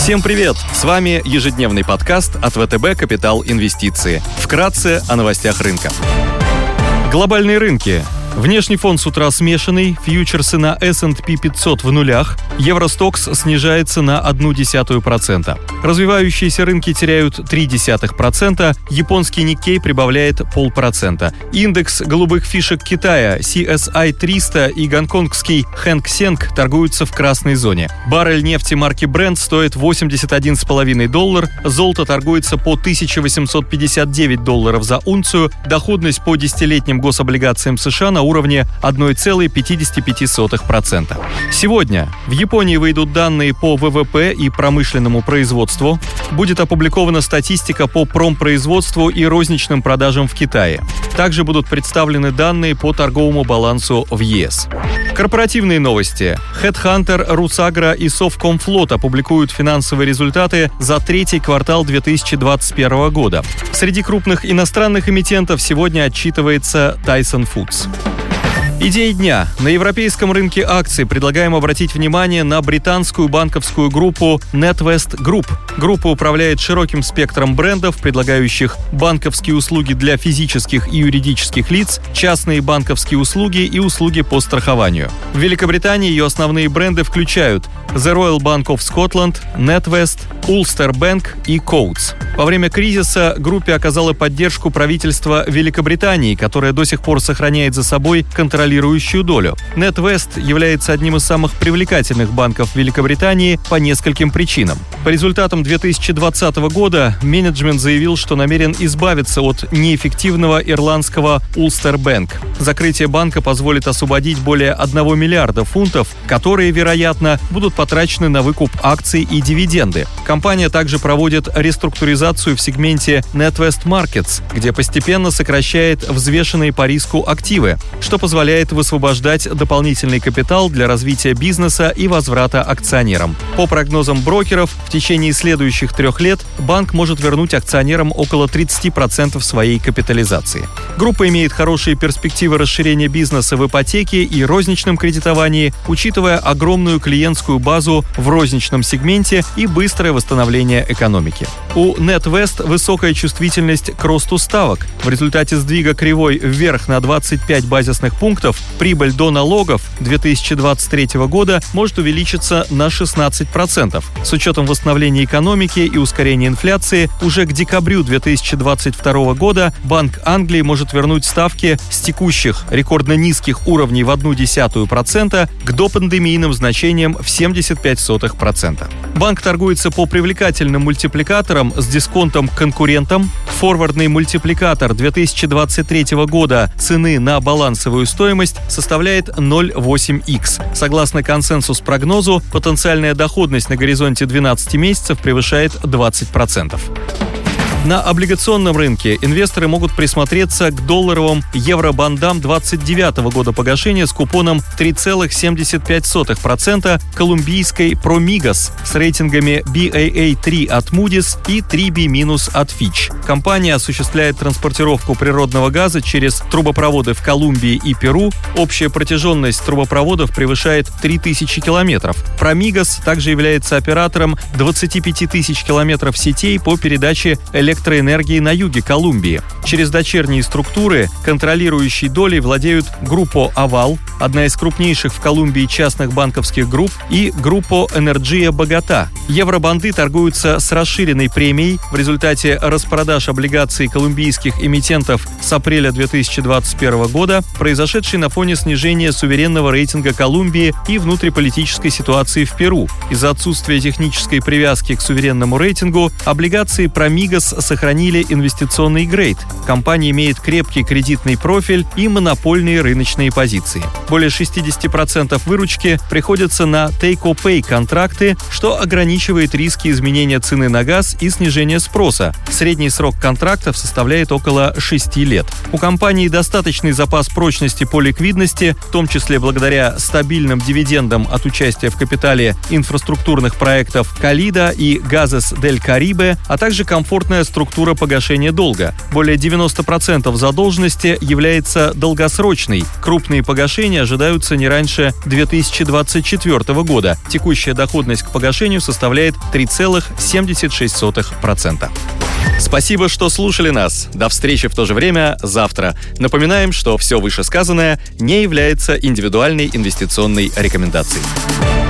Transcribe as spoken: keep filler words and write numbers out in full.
Всем привет! С вами ежедневный подкаст от вэ тэ бэ «Капитал Инвестиции». Вкратце о новостях рынка. Глобальные рынки. Внешний фон с утра смешанный, фьючерсы на эс энд пи пятьсот в нулях, Евростокс снижается на ноль целых одна десятая процента. Развивающиеся рынки теряют ноль целых три десятых процента, японский Никкей прибавляет полпроцента. Индекс голубых фишек Китая си эс ай триста и гонконгский Хэнк Сенг торгуются в красной зоне. Баррель нефти марки Brent стоит восемьдесят один целых пять десятых доллара, золото торгуется по тысяча восемьсот пятьдесят девять долларов за унцию, доходность по десятилетним гособлигациям США на уровне одна целая пятьдесят пять сотых процента. Сегодня в Японии выйдут данные по вэ вэ пэ и промышленному производству. Будет опубликована статистика по промпроизводству и розничным продажам в Китае. Также будут представлены данные по торговому балансу в е эс. Корпоративные новости. Headhunter, Русагра и Совкомфлот опубликуют финансовые результаты за третий квартал две тысячи двадцать первого года. Среди крупных иностранных эмитентов сегодня отчитывается Tyson Foods. Идеи дня. На европейском рынке акций предлагаем обратить внимание на британскую банковскую группу NatWest Group. Группа управляет широким спектром брендов, предлагающих банковские услуги для физических и юридических лиц, частные банковские услуги и услуги по страхованию. В Великобритании ее основные бренды включают The Royal Bank of Scotland, NatWest, Ulster Bank и Coats. Во время кризиса группе оказало поддержку правительство Великобритании, которое до сих пор сохраняет за собой контролирующую долю. NatWest является одним из самых привлекательных банков Великобритании по нескольким причинам. По результатам две тысячи двадцатого года менеджмент заявил, что намерен избавиться от неэффективного ирландского Ulster Bank. Закрытие банка позволит освободить более одного миллиарда фунтов, которые, вероятно, будут потрачены на выкуп акций и дивиденды. Компания также проводит реструктуризацию в сегменте NatWest Markets, где постепенно сокращает взвешенные по риску активы, что позволяет высвобождать дополнительный капитал для развития бизнеса и возврата акционерам. По прогнозам брокеров, в течение следующих трех лет банк может вернуть акционерам около тридцать процентов своей капитализации. Группа имеет хорошие перспективы расширения бизнеса в ипотеке и розничном кредитовании, учитывая огромную клиентскую базу в розничном сегменте и быстрое восстановление экономики. У NatWest высокая чувствительность к росту ставок. В результате сдвига кривой вверх на двадцать пять базисных пунктов прибыль до налогов две тысячи двадцать третьего года может увеличиться на шестнадцать процентов. С учетом восстановления экономики и ускорения инфляции, уже к декабрю две тысячи двадцать второго года Банк Англии может вернуть ставки с текущих рекордно низких уровней в одну десятую процента к допандемийным значениям в семьдесят пять сотых процента. Банк торгуется по привлекательным мультипликаторам с дисконтом к конкурентам. Форвардный мультипликатор две тысячи двадцать третьего года цены на балансовую стоимость составляет ноль целых восемь десятых икс. Согласно консенсус-прогнозу, потенциальная доходность на горизонте двенадцати месяцев превышает двадцать процентов. На облигационном рынке инвесторы могут присмотреться к долларовым евробандам двадцать девятого года погашения с купоном три целых семьдесят пять сотых процента колумбийской Промигас с рейтингами би эй эй три от Moody's и три би минус от Fitch. Компания осуществляет транспортировку природного газа через трубопроводы в Колумбии и Перу. Общая протяженность трубопроводов превышает три тысячи километров. Промигас также является оператором двадцати пяти тысяч километров сетей по передаче электроэнергии электроэнергии на юге Колумбии. Через дочерние структуры, контролирующие долей, владеют Группо Авал, одна из крупнейших в Колумбии частных банковских групп, и Группо Энерджия Богота. Евробанды торгуются с расширенной премией. В результате распродаж облигаций колумбийских эмитентов с апреля две тысячи двадцать первого года, произошедшей на фоне снижения суверенного рейтинга Колумбии и внутриполитической ситуации в Перу. Из-за отсутствия технической привязки к суверенному рейтингу, облигации Промигас сохранили инвестиционный грейд. Компания имеет крепкий кредитный профиль и монопольные рыночные позиции. Более шестьдесят процентов выручки приходится на take-or-pay контракты, что ограничивает риски изменения цены на газ и снижения спроса. Средний срок контрактов составляет около шести лет. У компании достаточный запас прочности по ликвидности, в том числе благодаря стабильным дивидендам от участия в капитале инфраструктурных проектов Калида и Газес дель Карибе, а также комфортная структура погашения долга. Более девяноста процентов задолженности является долгосрочной. Крупные погашения ожидаются не раньше две тысячи двадцать четвёртого года. Текущая доходность к погашению составляет три целых семьдесят шесть сотых процента. Спасибо, что слушали нас. До встречи в то же время завтра. Напоминаем, что все вышесказанное не является индивидуальной инвестиционной рекомендацией.